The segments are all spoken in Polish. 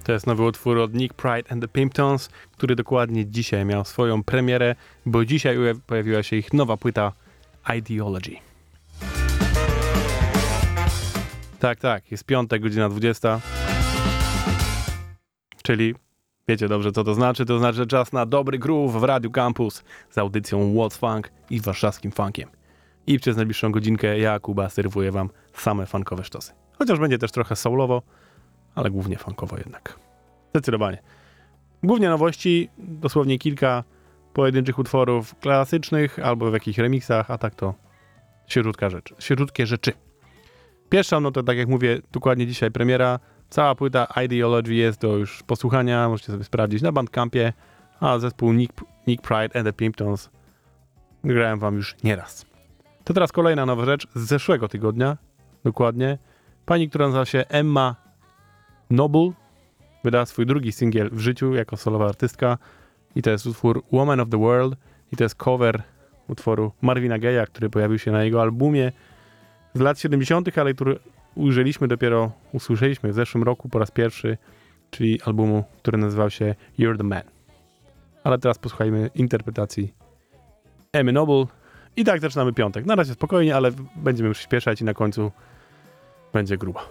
To jest nowy utwór od Nick Pride and the Pimptons, który dokładnie dzisiaj miał swoją premierę, bo dzisiaj pojawiła się ich nowa płyta Ideology. Tak, jest piątek, godzina 20. Czyli wiecie dobrze, co to znaczy. To znaczy czas na dobry groove w Radiu Campus z audycją What's Funk i warszawskim funkiem. I przez najbliższą godzinkę ja, Kuba, serwuję wam same funkowe sztosy. Chociaż będzie też trochę soulowo, ale głównie funkowo jednak. Zdecydowanie. Głównie nowości, dosłownie kilka pojedynczych utworów klasycznych albo w jakichś remixach, a tak to świeżutkie rzeczy. Pierwsza, no to tak jak mówię, dokładnie dzisiaj premiera. Cała płyta Ideology jest do już posłuchania, możecie sobie sprawdzić na Bandcampie, a zespół Nick Pride and the Pimptons grałem wam już nieraz. To teraz kolejna nowa rzecz z zeszłego tygodnia, dokładnie. Pani, która nazywa się Emma Noble, wydała swój drugi singiel w życiu jako solowa artystka i to jest utwór Woman of the World i to jest cover utworu Marvina Gaye'a, który pojawił się na jego albumie z lat 70., ale który usłyszeliśmy w zeszłym roku po raz pierwszy, czyli albumu, który nazywał się You're the Man. Ale teraz posłuchajmy interpretacji Emmy Noble i tak zaczynamy piątek. Na razie spokojnie, ale będziemy przyspieszać i na końcu będzie grubo.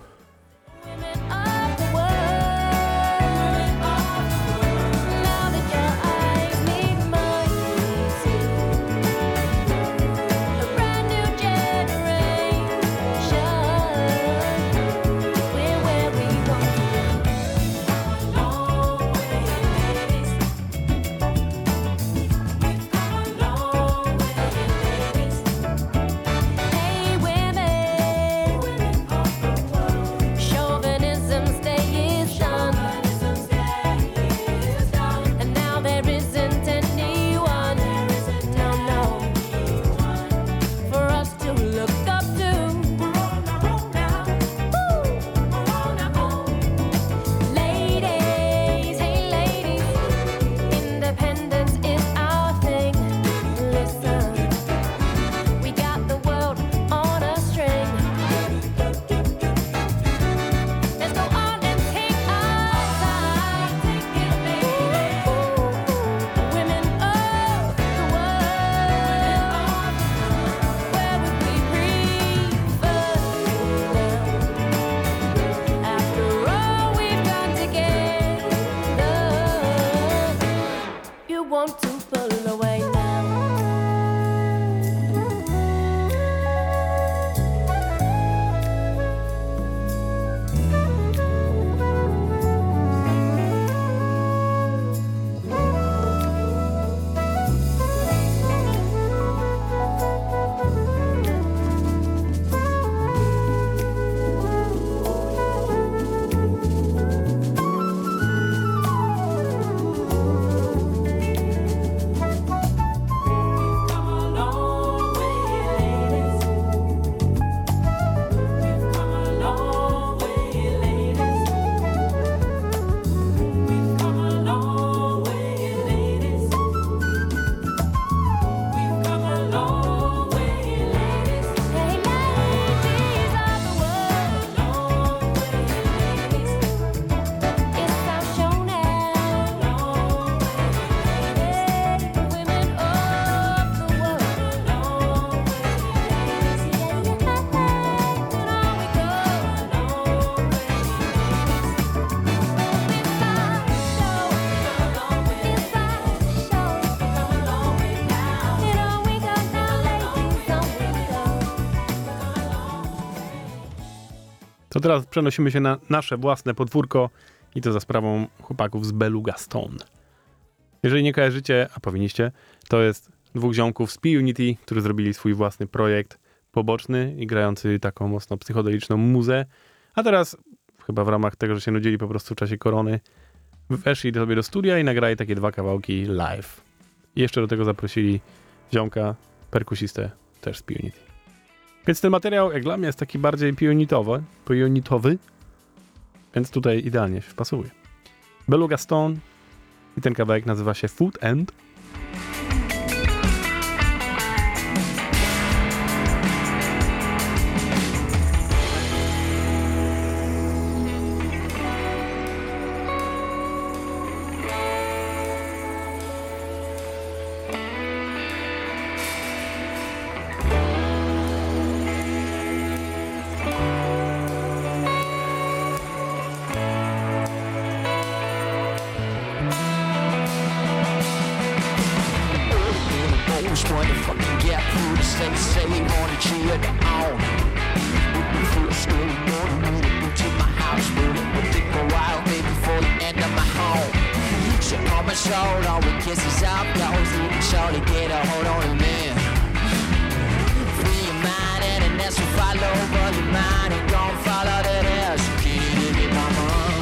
To teraz przenosimy się na nasze własne podwórko i to za sprawą chłopaków z Beluga Stone. Jeżeli nie kojarzycie, a powinniście, to jest dwóch ziomków z P-Unity, którzy zrobili swój własny projekt poboczny i grający taką mocno psychodeliczną muzę. A teraz, chyba w ramach tego, że się nudzili po prostu w czasie korony, weszli sobie do studia i nagrali takie 2 kawałki live. I jeszcze do tego zaprosili ziomka, perkusistę, też z P-Unity. Więc ten materiał, jak dla mnie, jest taki bardziej P-Unitowy, więc tutaj idealnie się wpasuje. Beluga Stone i ten kawałek nazywa się Food End. food, say we wanna cheer it on. We feel still morning, to my house, but it will take a while, maybe before the end of my home. So on my shoulder, we kisses out, goes even shorty, get a hold on me. Free your mind and that's what follow, but your mind ain't gon' follow that ass. Get it, mama.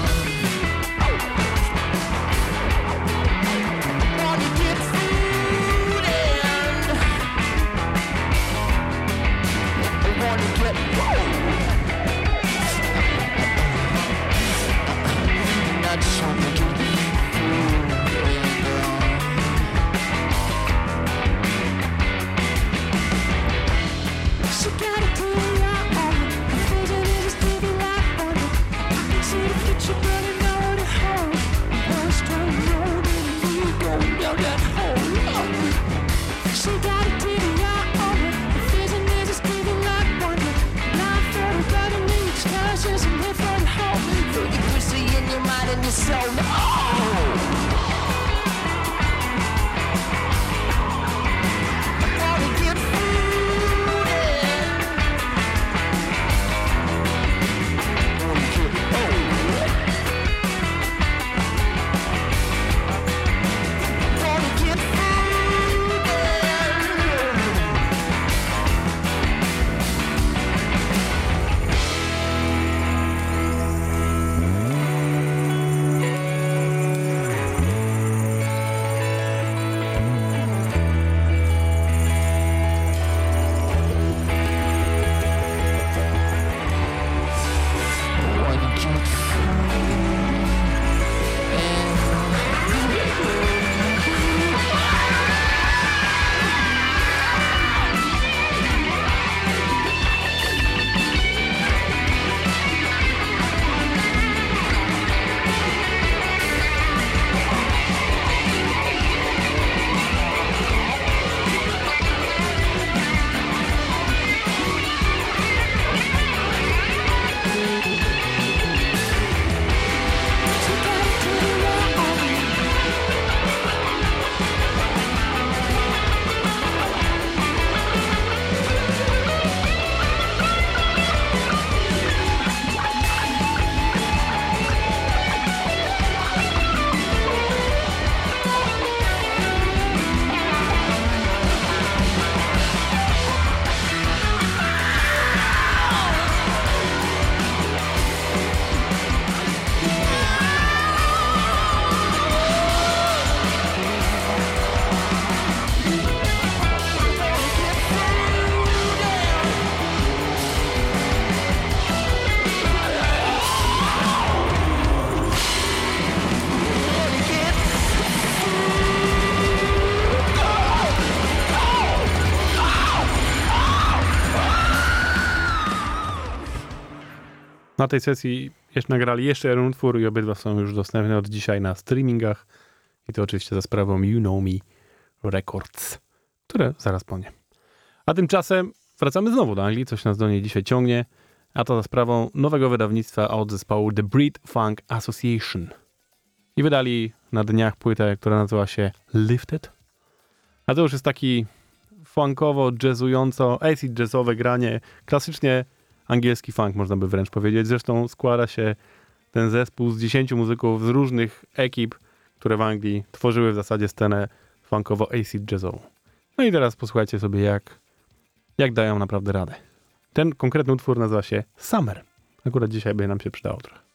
Wanna get food and I wanna get and I just wanna get so no. Na tej sesji nagrali jeszcze jeden utwór i obydwa są już dostępne od dzisiaj na streamingach. I to oczywiście za sprawą You Know Me Records, które zaraz po nie. A tymczasem wracamy znowu do Anglii, coś nas do niej dzisiaj ciągnie, a to za sprawą nowego wydawnictwa od zespołu The Brit Funk Association. I wydali na dniach płytę, która nazywa się Lifted. A to już jest taki funkowo, jazzująco, acid jazzowe granie, klasycznie angielski funk, można by wręcz powiedzieć. Zresztą składa się ten zespół z 10 muzyków z różnych ekip, które w Anglii tworzyły w zasadzie scenę funkowo acid jazzową. No i teraz posłuchajcie sobie, jak dają naprawdę radę. Ten konkretny utwór nazywa się Summer. Akurat dzisiaj by nam się przydało trochę.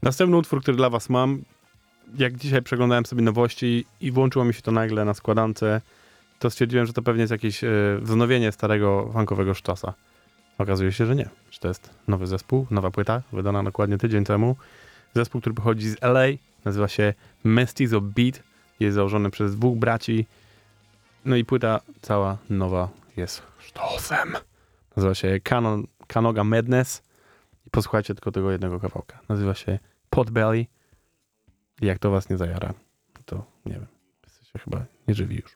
Następny utwór, który dla was mam, jak dzisiaj przeglądałem sobie nowości i włączyło mi się to nagle na składance, to stwierdziłem, że to pewnie jest jakieś wznowienie starego funkowego sztosa. Okazuje się, że nie. Że to jest nowy zespół, nowa płyta, wydana dokładnie tydzień temu. Zespół, który pochodzi z LA, nazywa się Mestizo Beat, jest założony przez 2 braci. No i płyta cała nowa jest sztosem. Nazywa się Canoga Madness. I posłuchajcie tylko tego jednego kawałka. Nazywa się Potbelly. I jak to was nie zajara, to nie wiem. Jesteście chyba nieżywi już.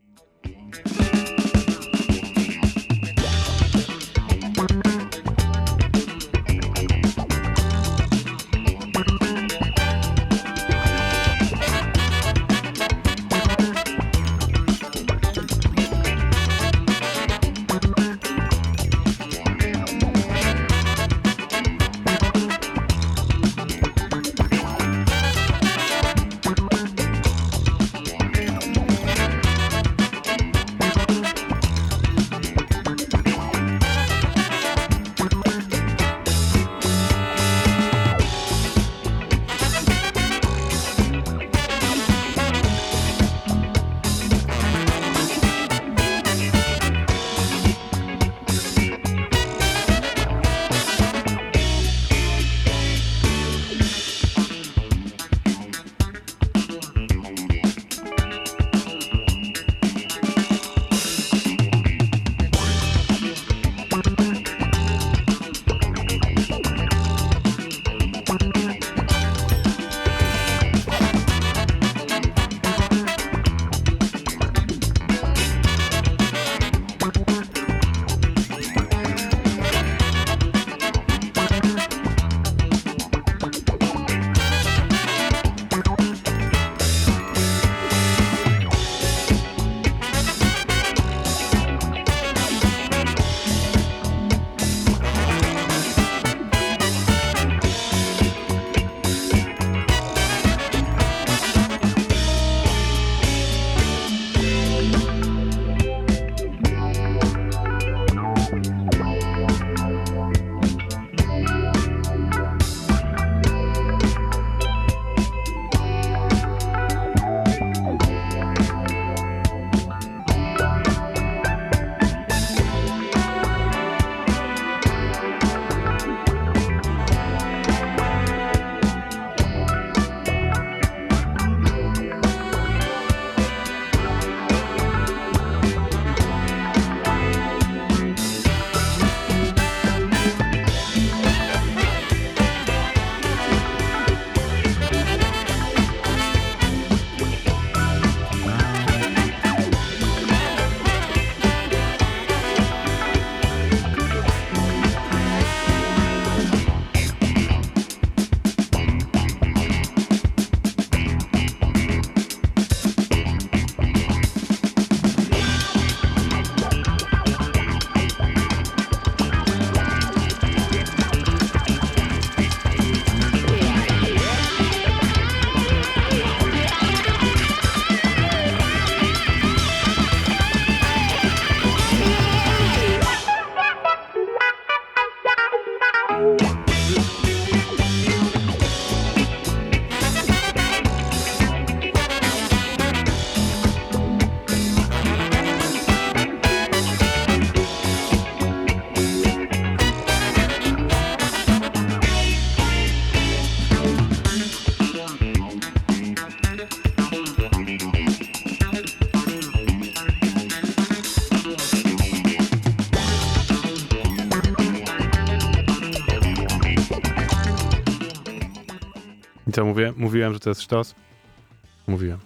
I co mówię? Mówiłem, że to jest sztos? Mówiłem.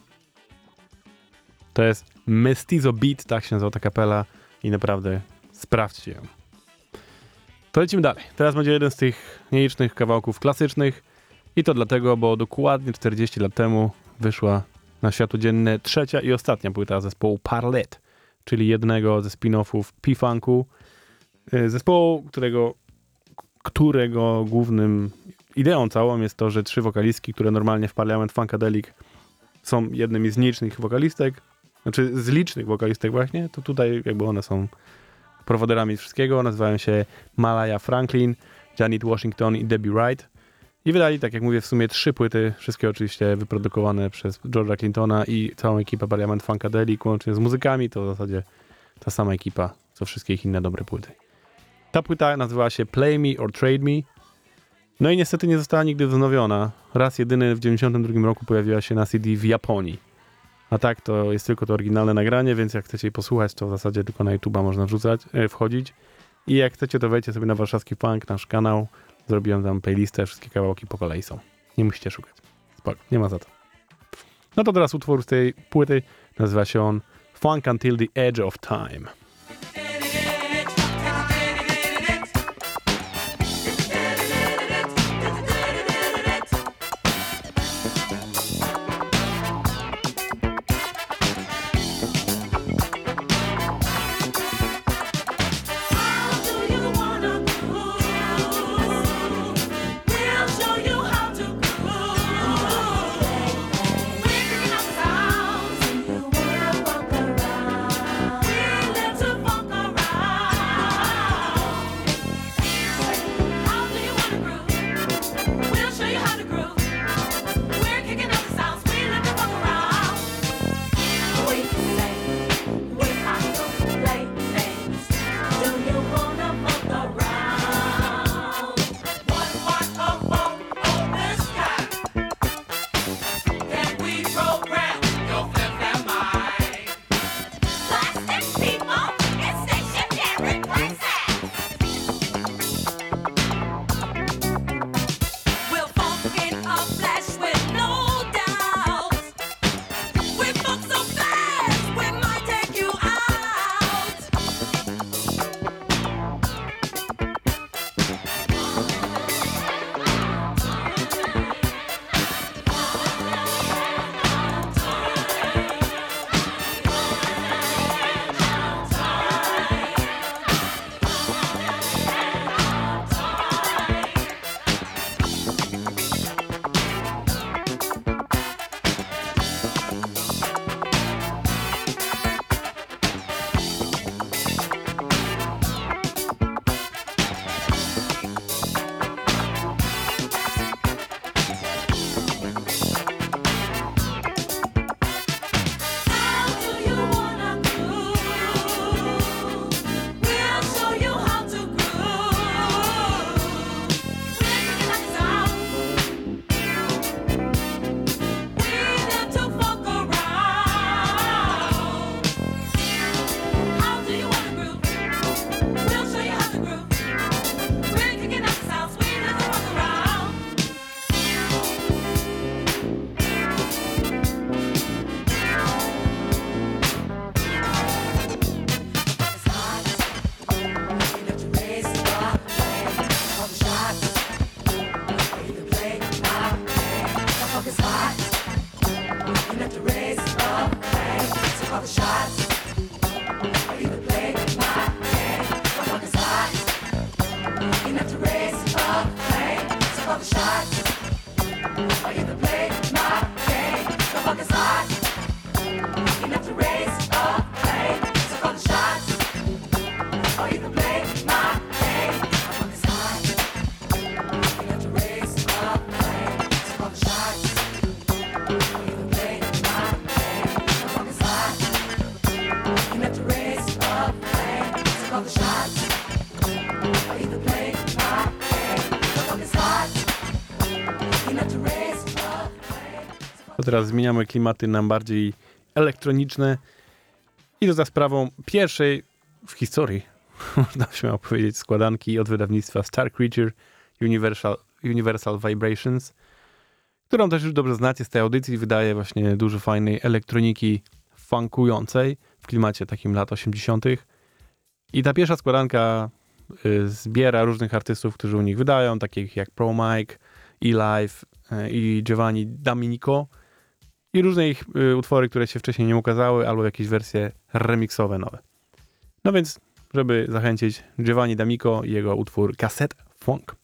To jest Mestizo Beat, tak się nazywa ta kapela i naprawdę sprawdźcie ją. To lecimy dalej. Teraz będzie jeden z tych nielicznych kawałków klasycznych i to dlatego, bo dokładnie 40 lat temu wyszła na światło dzienne trzecia i ostatnia płyta zespołu Parlet, czyli jednego ze spin-offów P-Funku, zespołu, którego głównym ideą całą jest to, że 3 wokalistki, które normalnie w Parliament Funkadelic są jednymi z nielicznych wokalistek, znaczy z licznych wokalistek właśnie, to tutaj jakby one są prowaderami wszystkiego. Nazywają się Malaya Franklin, Janet Washington i Debbie Wright. I wydali, tak jak mówię, w sumie 3 płyty, wszystkie oczywiście wyprodukowane przez George'a Clintona i całą ekipę Parliament Funkadelic, łącznie z muzykami, to w zasadzie ta sama ekipa, co wszystkie ich inne dobre płyty. Ta płyta nazywała się Play Me or Trade Me. No i niestety nie została nigdy wznowiona. Raz jedyny w 1992 roku pojawiła się na CD w Japonii. A tak to jest tylko to oryginalne nagranie, więc jak chcecie jej posłuchać, to w zasadzie tylko na YouTube'a można wchodzić. I jak chcecie, to wejdźcie sobie na Warszawski Funk, nasz kanał. Zrobiłem tam playlistę, wszystkie kawałki po kolei są. Nie musicie szukać. Spoko, nie ma za to. No to teraz utwór z tej płyty. Nazywa się on Funk Until the Edge of Time. To teraz zmieniamy klimaty na bardziej elektroniczne i to za sprawą pierwszej w historii, można śmiało powiedzieć, składanki od wydawnictwa Star Creature Universal Vibrations, którą też już dobrze znacie z tej audycji. Wydaje właśnie dużo fajnej elektroniki funkującej w klimacie takim lat 80. I ta pierwsza składanka zbiera różnych artystów, którzy u nich wydają, takich jak Pro Mike, E-Life i Giovanni D'Amico i różne ich utwory, które się wcześniej nie ukazały, albo jakieś wersje remixowe nowe. No więc, żeby zachęcić, Giovanni D'Amico i jego utwór Cassette Funk.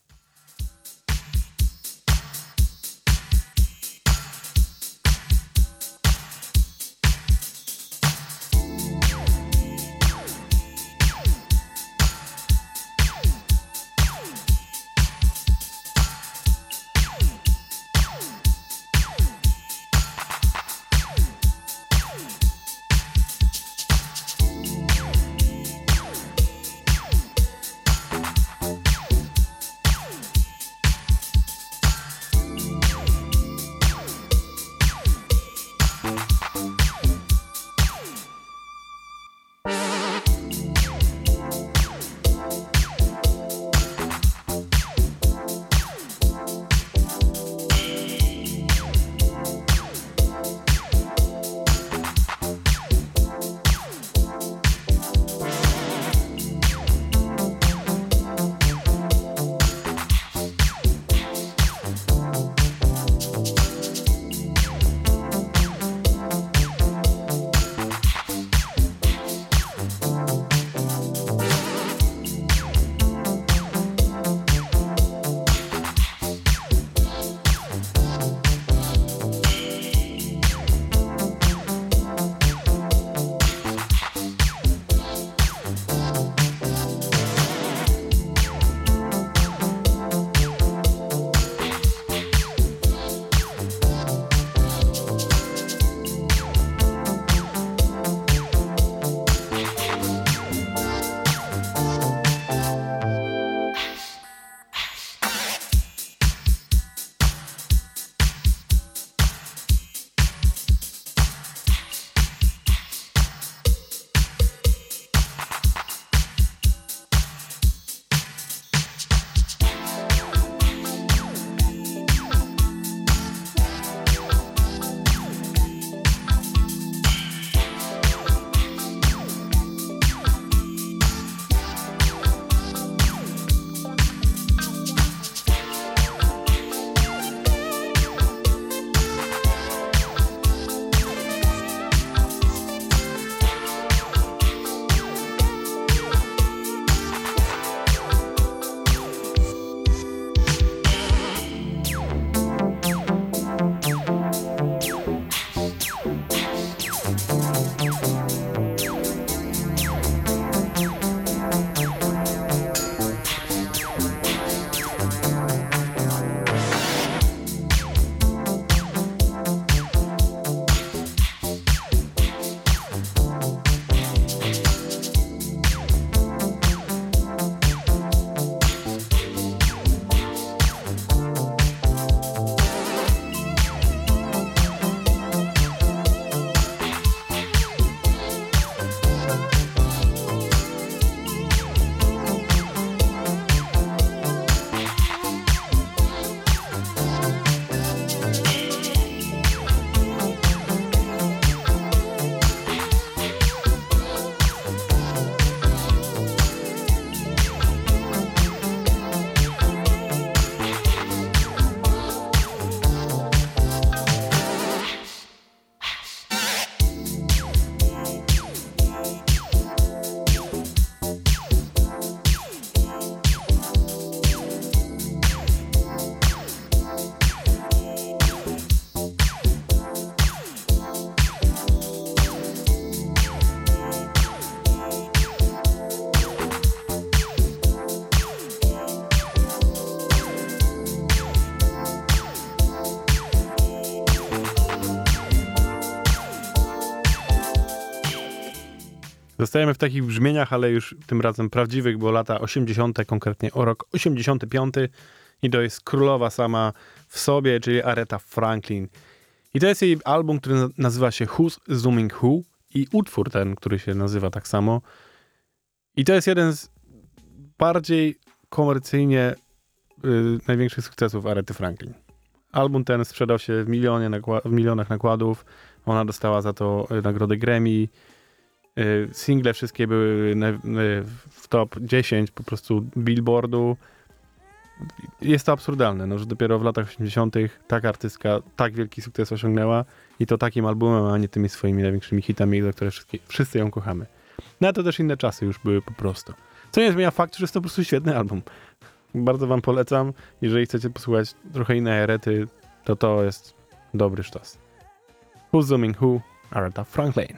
Zostajemy w takich brzmieniach, ale już tym razem prawdziwych, bo lata 80., konkretnie o rok 85 i to jest królowa sama w sobie, czyli Aretha Franklin. I to jest jej album, który nazywa się Who's Zooming Who i utwór ten, który się nazywa tak samo. I to jest jeden z bardziej komercyjnie największych sukcesów Arety Franklin. Album ten sprzedał się w milionach nakładów. Ona dostała za to nagrodę Grammy. Single wszystkie były w top 10 po prostu Billboardu. Jest to absurdalne, no, że dopiero w latach 80. taka artystka tak wielki sukces osiągnęła i to takim albumem, a nie tymi swoimi największymi hitami, za które wszyscy ją kochamy. No a to też inne czasy już były po prostu. Co nie zmienia faktu, że jest to po prostu świetny album. Bardzo wam polecam. Jeżeli chcecie posłuchać trochę innej Arety, to jest dobry sztos. Who's Zooming Who? Aretha Franklin.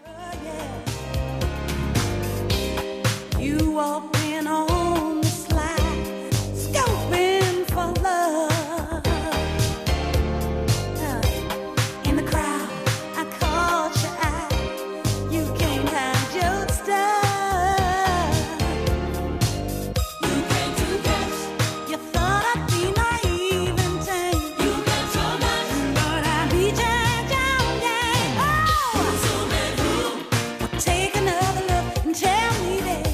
You walked in on the slide, scoping for love. In the crowd, I caught your eye. You can't hide your stuff. You came to guess. You thought I'd be naive and tame. You got so much, but I beat you down, yeah. Oh, well, take another look and tell me that.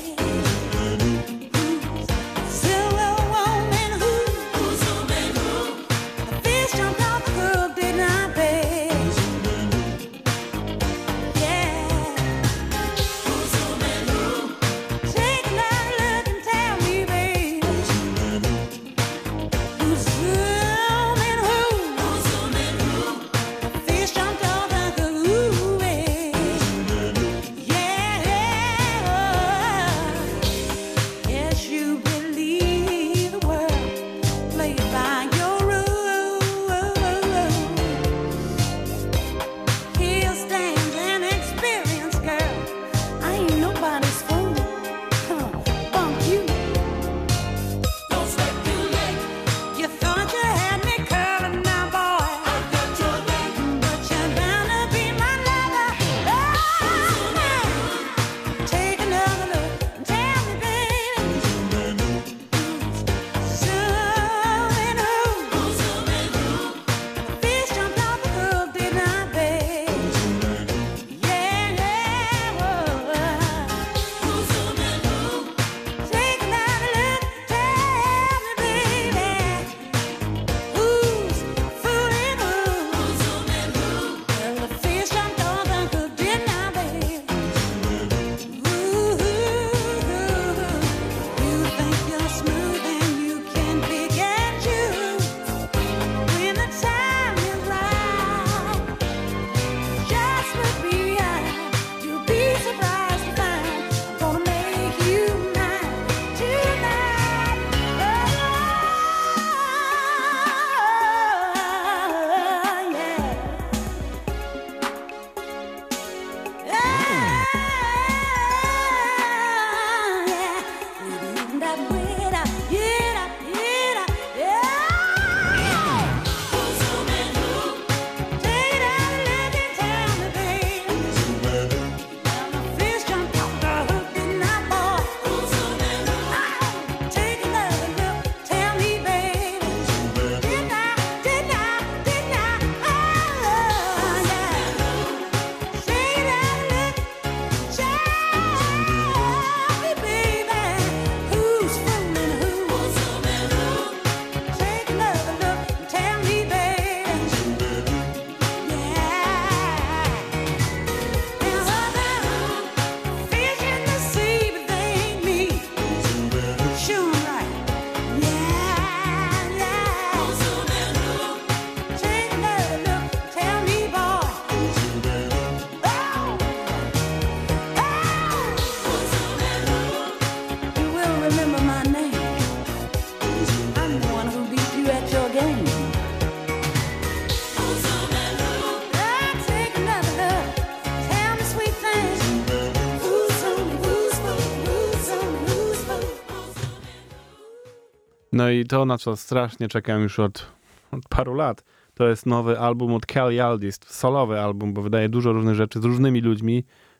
No i to, na co strasznie czekam już od paru lat, to jest nowy album od Kelly Aldis, solowy album, bo wydaje dużo różnych rzeczy z różnymi ludźmi,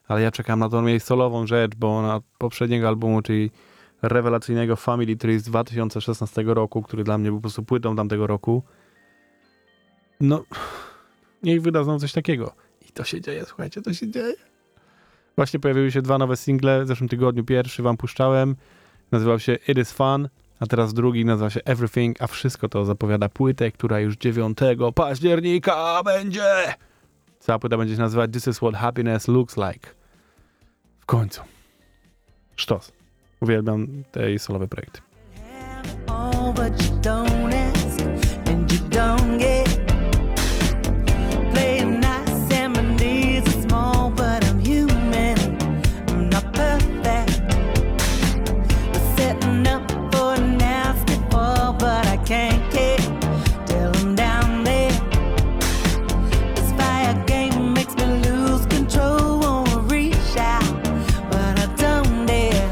ale ja czekam na tą jej solową rzecz, bo na poprzedniego albumu, czyli rewelacyjnego Family Tree z 2016 roku, który dla mnie był po prostu płytą tamtego roku, no niech wydadzą coś takiego. I to się dzieje, słuchajcie, to się dzieje. Właśnie pojawiły się 2 nowe single, w zeszłym tygodniu pierwszy wam puszczałem, nazywał się It Is Fun, a teraz drugi nazywa się Everything, a wszystko to zapowiada płytę, która już 9 października będzie. Cała płyta będzie się nazywać This Is What Happiness Looks Like. W końcu. Sztos. Uwielbiam te jej solowe projekty. Oh, but you don't ask and you don't get. Playing nice and my needs are small, but I'm human. I'm not perfect. We're setting up for a nasty fall, but I can't care. Tell them down there. This fire game makes me lose control. Wanna reach out, but I don't dare.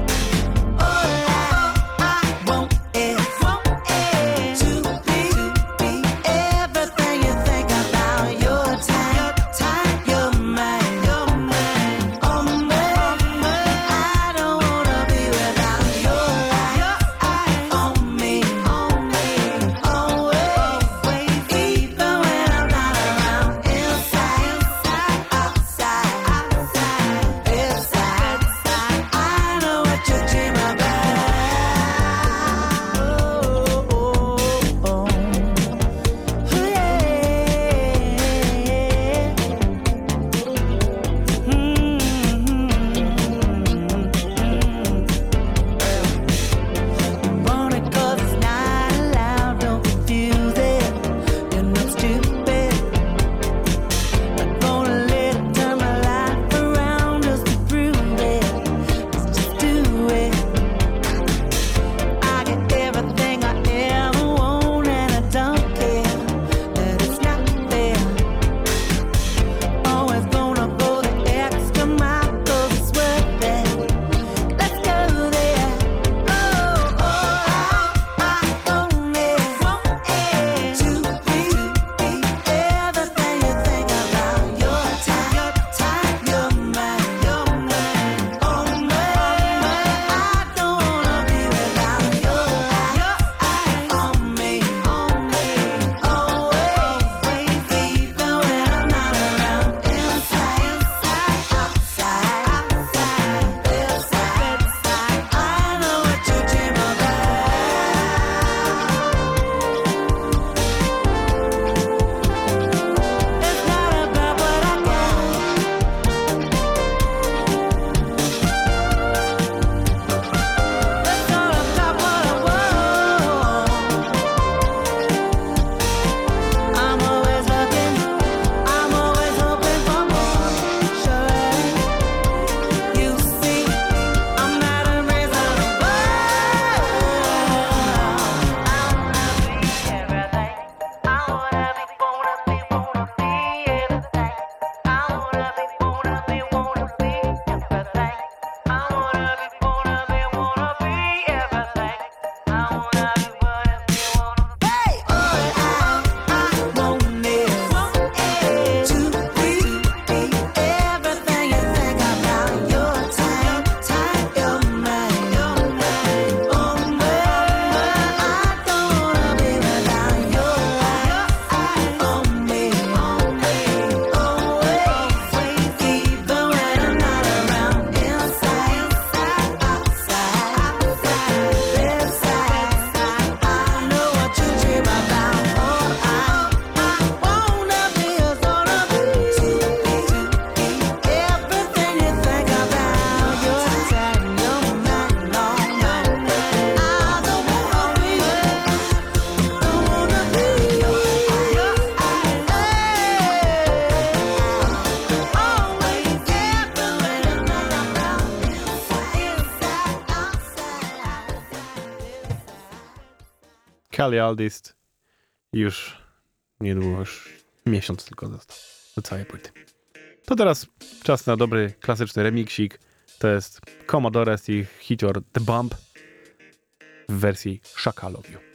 Kelly Aldist już niedługo, już miesiąc tylko został do całej płyty. To teraz czas na dobry, klasyczny remiksik. To jest Commodores i hicior The Bump w wersji Shaka Love You.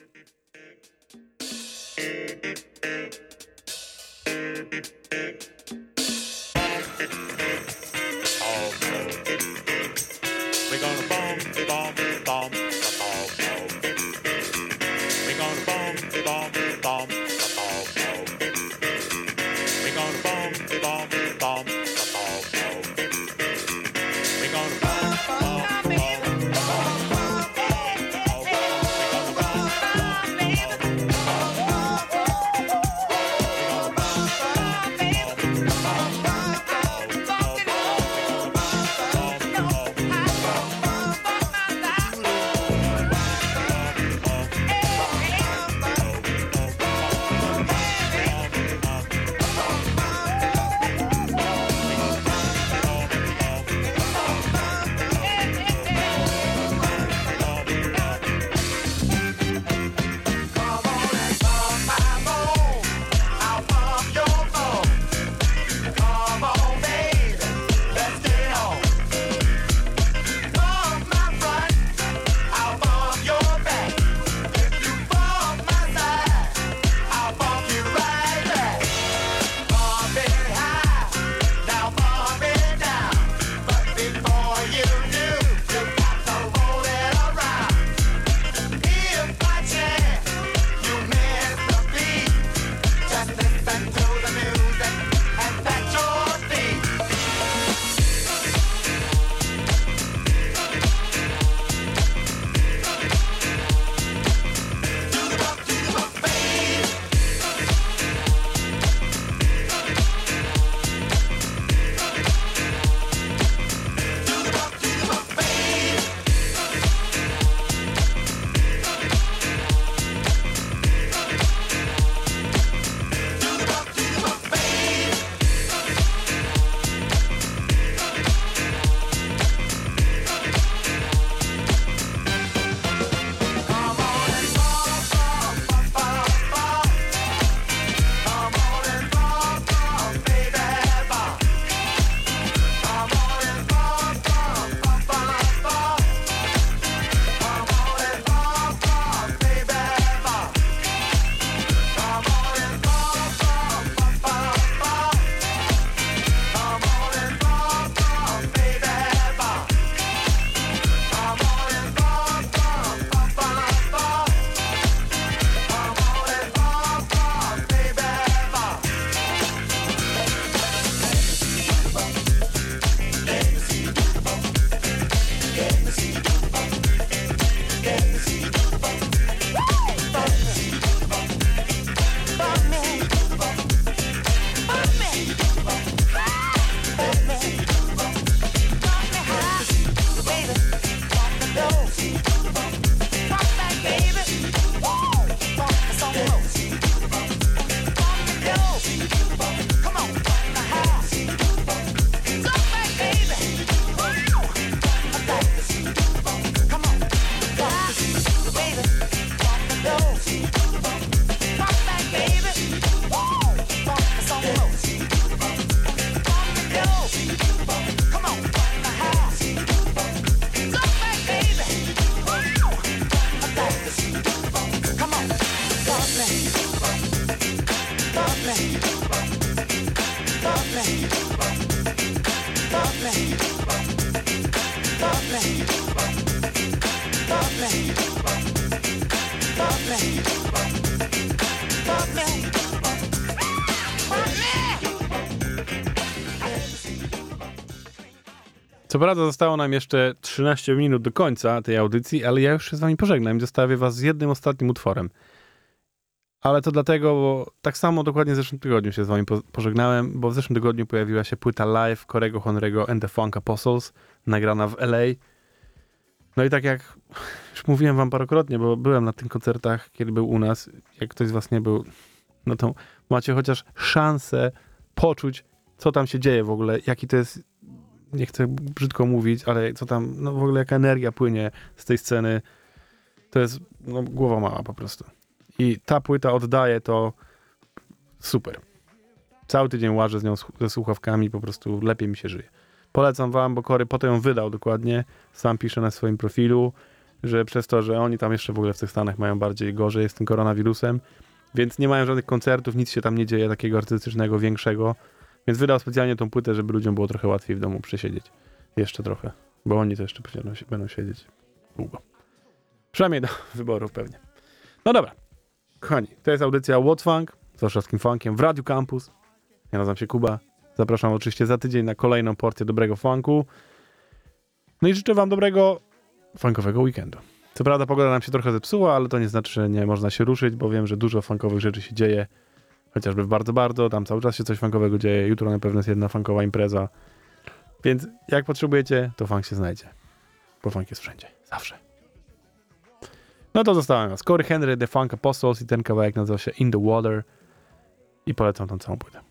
Co prawda zostało nam jeszcze 13 minut do końca tej audycji, ale ja już się z wami pożegnam i zostawię was z jednym ostatnim utworem. Ale to dlatego, bo tak samo dokładnie w zeszłym tygodniu się z wami pożegnałem, bo w zeszłym tygodniu pojawiła się płyta live Corego Henry'ego and the Funk Apostles, nagrana w LA. No i tak jak już mówiłem wam parokrotnie, bo byłem na tych koncertach, kiedy był u nas, jak ktoś z was nie był, no to macie chociaż szansę poczuć, co tam się dzieje w ogóle, jaki to jest, nie chcę brzydko mówić, ale co tam, no w ogóle jaka energia płynie z tej sceny, to jest no, głowa mała po prostu. I ta płyta oddaje to super. Cały tydzień łażę z nią ze słuchawkami, po prostu lepiej mi się żyje. Polecam wam, bo Cory potem ją wydał dokładnie, sam pisze na swoim profilu, że przez to, że oni tam jeszcze w ogóle w tych Stanach mają bardziej gorzej z tym koronawirusem, więc nie mają żadnych koncertów, nic się tam nie dzieje takiego artystycznego, większego, więc wydał specjalnie tą płytę, żeby ludziom było trochę łatwiej w domu przesiedzieć. Jeszcze trochę, bo oni to jeszcze będą siedzieć długo. Przynajmniej do wyborów pewnie. No dobra, kochani, to jest audycja What Funk z warszawskim funkiem w Radiu Campus. Ja nazywam się Kuba. Zapraszam oczywiście za tydzień na kolejną porcję dobrego funku. No i życzę wam dobrego funkowego weekendu. Co prawda pogoda nam się trochę zepsuła, ale to nie znaczy, że nie można się ruszyć, bo wiem, że dużo funkowych rzeczy się dzieje. Chociażby w bardzo, tam cały czas się coś funkowego dzieje. Jutro na pewno jest jedna funkowa impreza. Więc jak potrzebujecie, to funk się znajdzie. Bo funk jest wszędzie. Zawsze. No to zostałem was. Cory Henry, The Funk Apostles i ten kawałek nazywa się In the Water. I polecam tą całą płytę.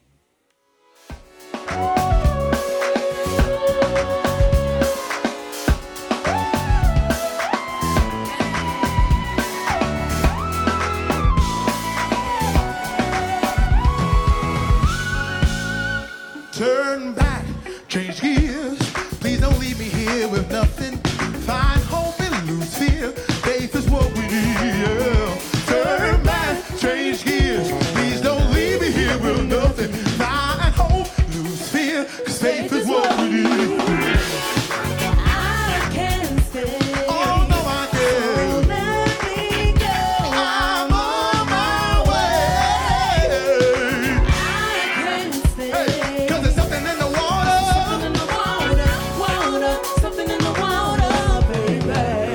Turn back, change gears. Please don't leave me here with nothing. Find hope and lose fear. Faith is what we need. Yeah. Turn back, change gears. Please don't leave me here with nothing. Find hope, lose fear. 'Cause faith is what we need. I can't stay. Oh no, I can't. Let me go. I'm on my way. I can't stay. Hey, 'cause there's something in the water. Something in the water, something in the water, baby.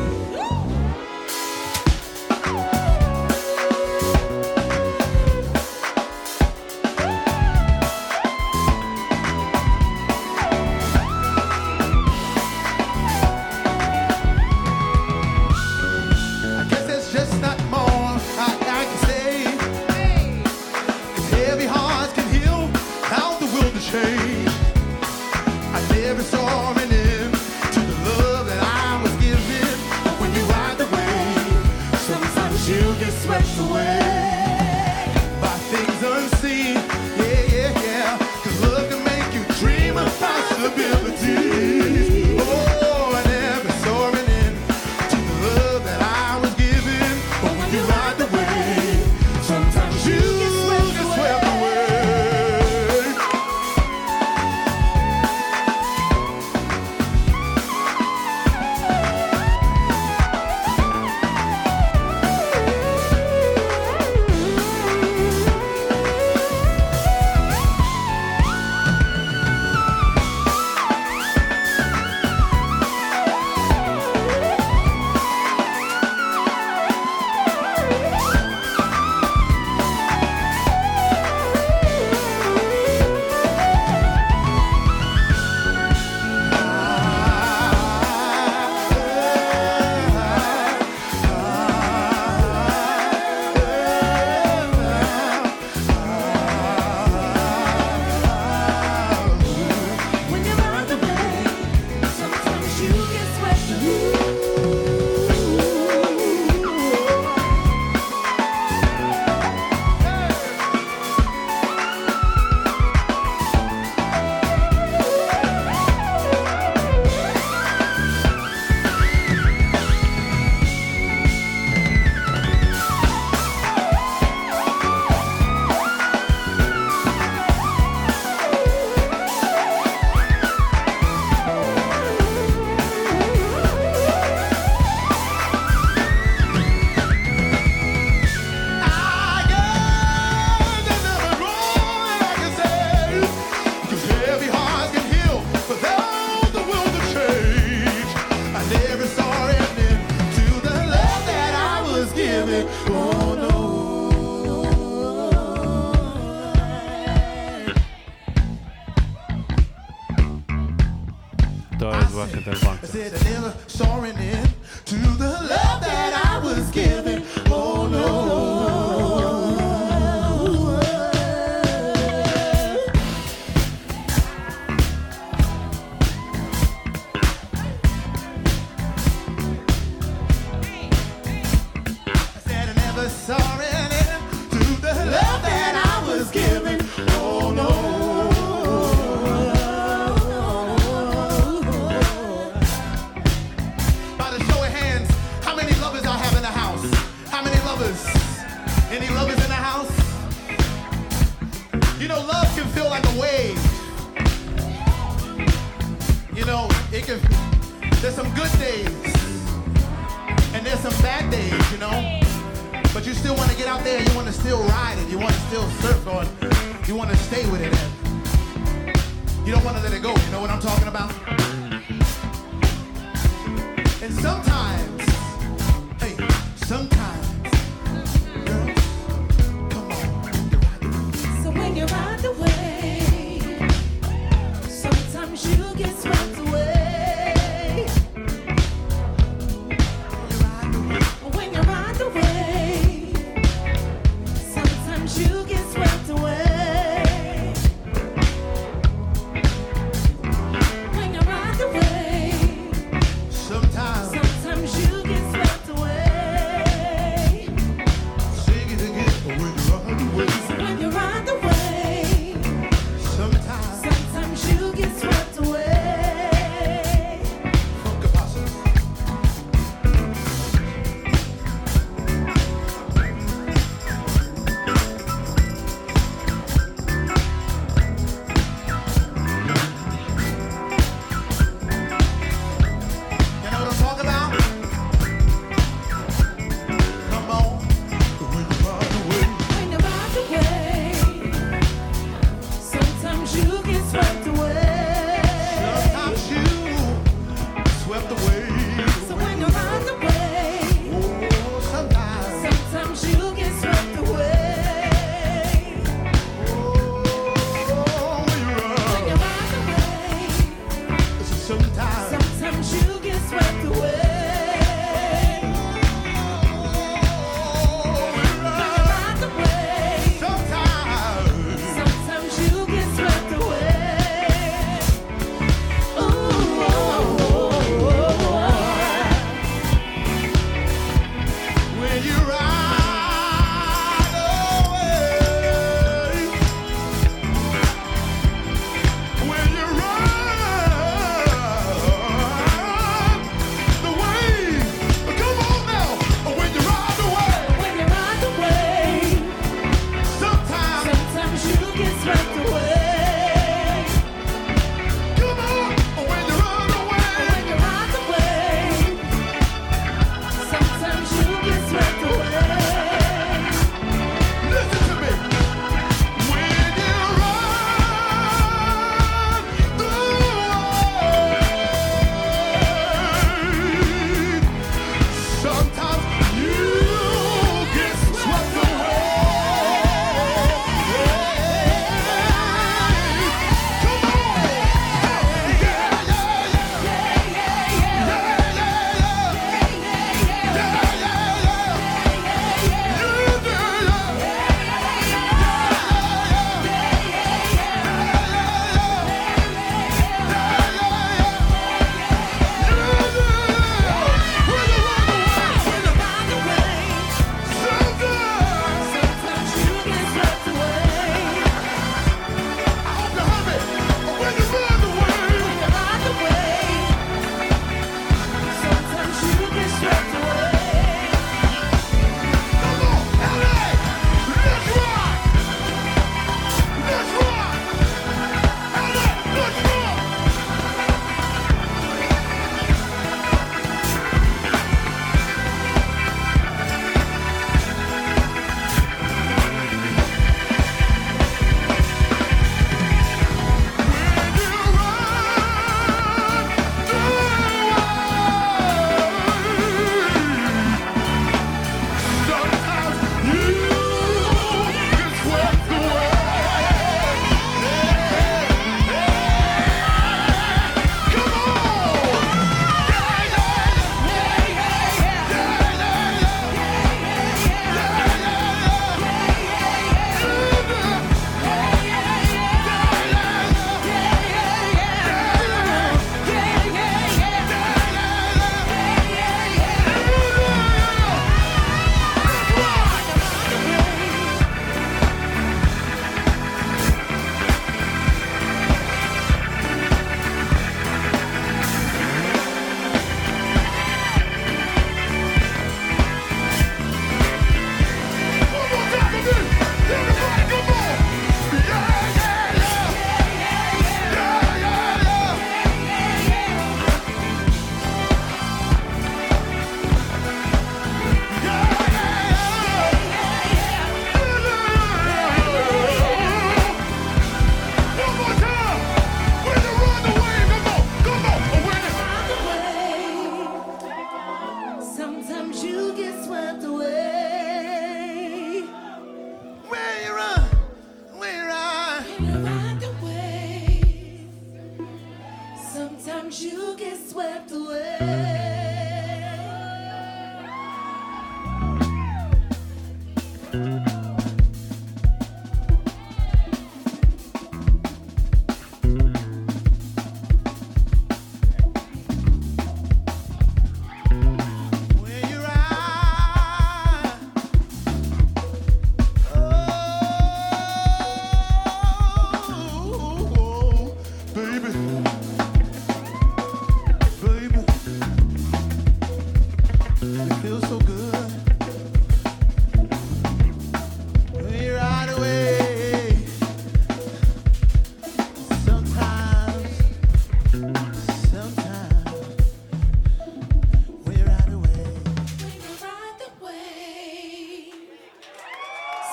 I guess there's just not more I can say. If heavy hearts can heal, how the will to change. I never saw an end to the love that I was given. When you ride the wave, sometimes you get swept away by things unseen. Yeah. 'Cause love can make you dream of possibilities. Oh, I never saw an end to the love that I was given. But when you ride the wave, sometimes you get swept away. Oh no. To jest właśnie ten funk. I said I never saw an end to the love that I was given. Oh no. I said I never saw an end to the love that I was given. Oh no. By the show of hands, how many lovers I have in the house? How many lovers? Any lovers in the house? You know, love can feel like a wave. You know, it can. There's some good days, and there's some bad days. You know, but you still want to get out there. You want to still ride it. You want to still surf on. You want to stay with it. And you don't want to let it go. You know what I'm talking about? And sometimes, hey, sometimes, girl, come on, you ride the wave. So when you ride the wave, sometimes you get swept away. You ride the wave. When you ride the wave, sometimes you get swept away. When you ride the wave, Sometimes, sometimes you get swept away.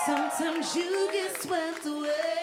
Sometimes you get swept away.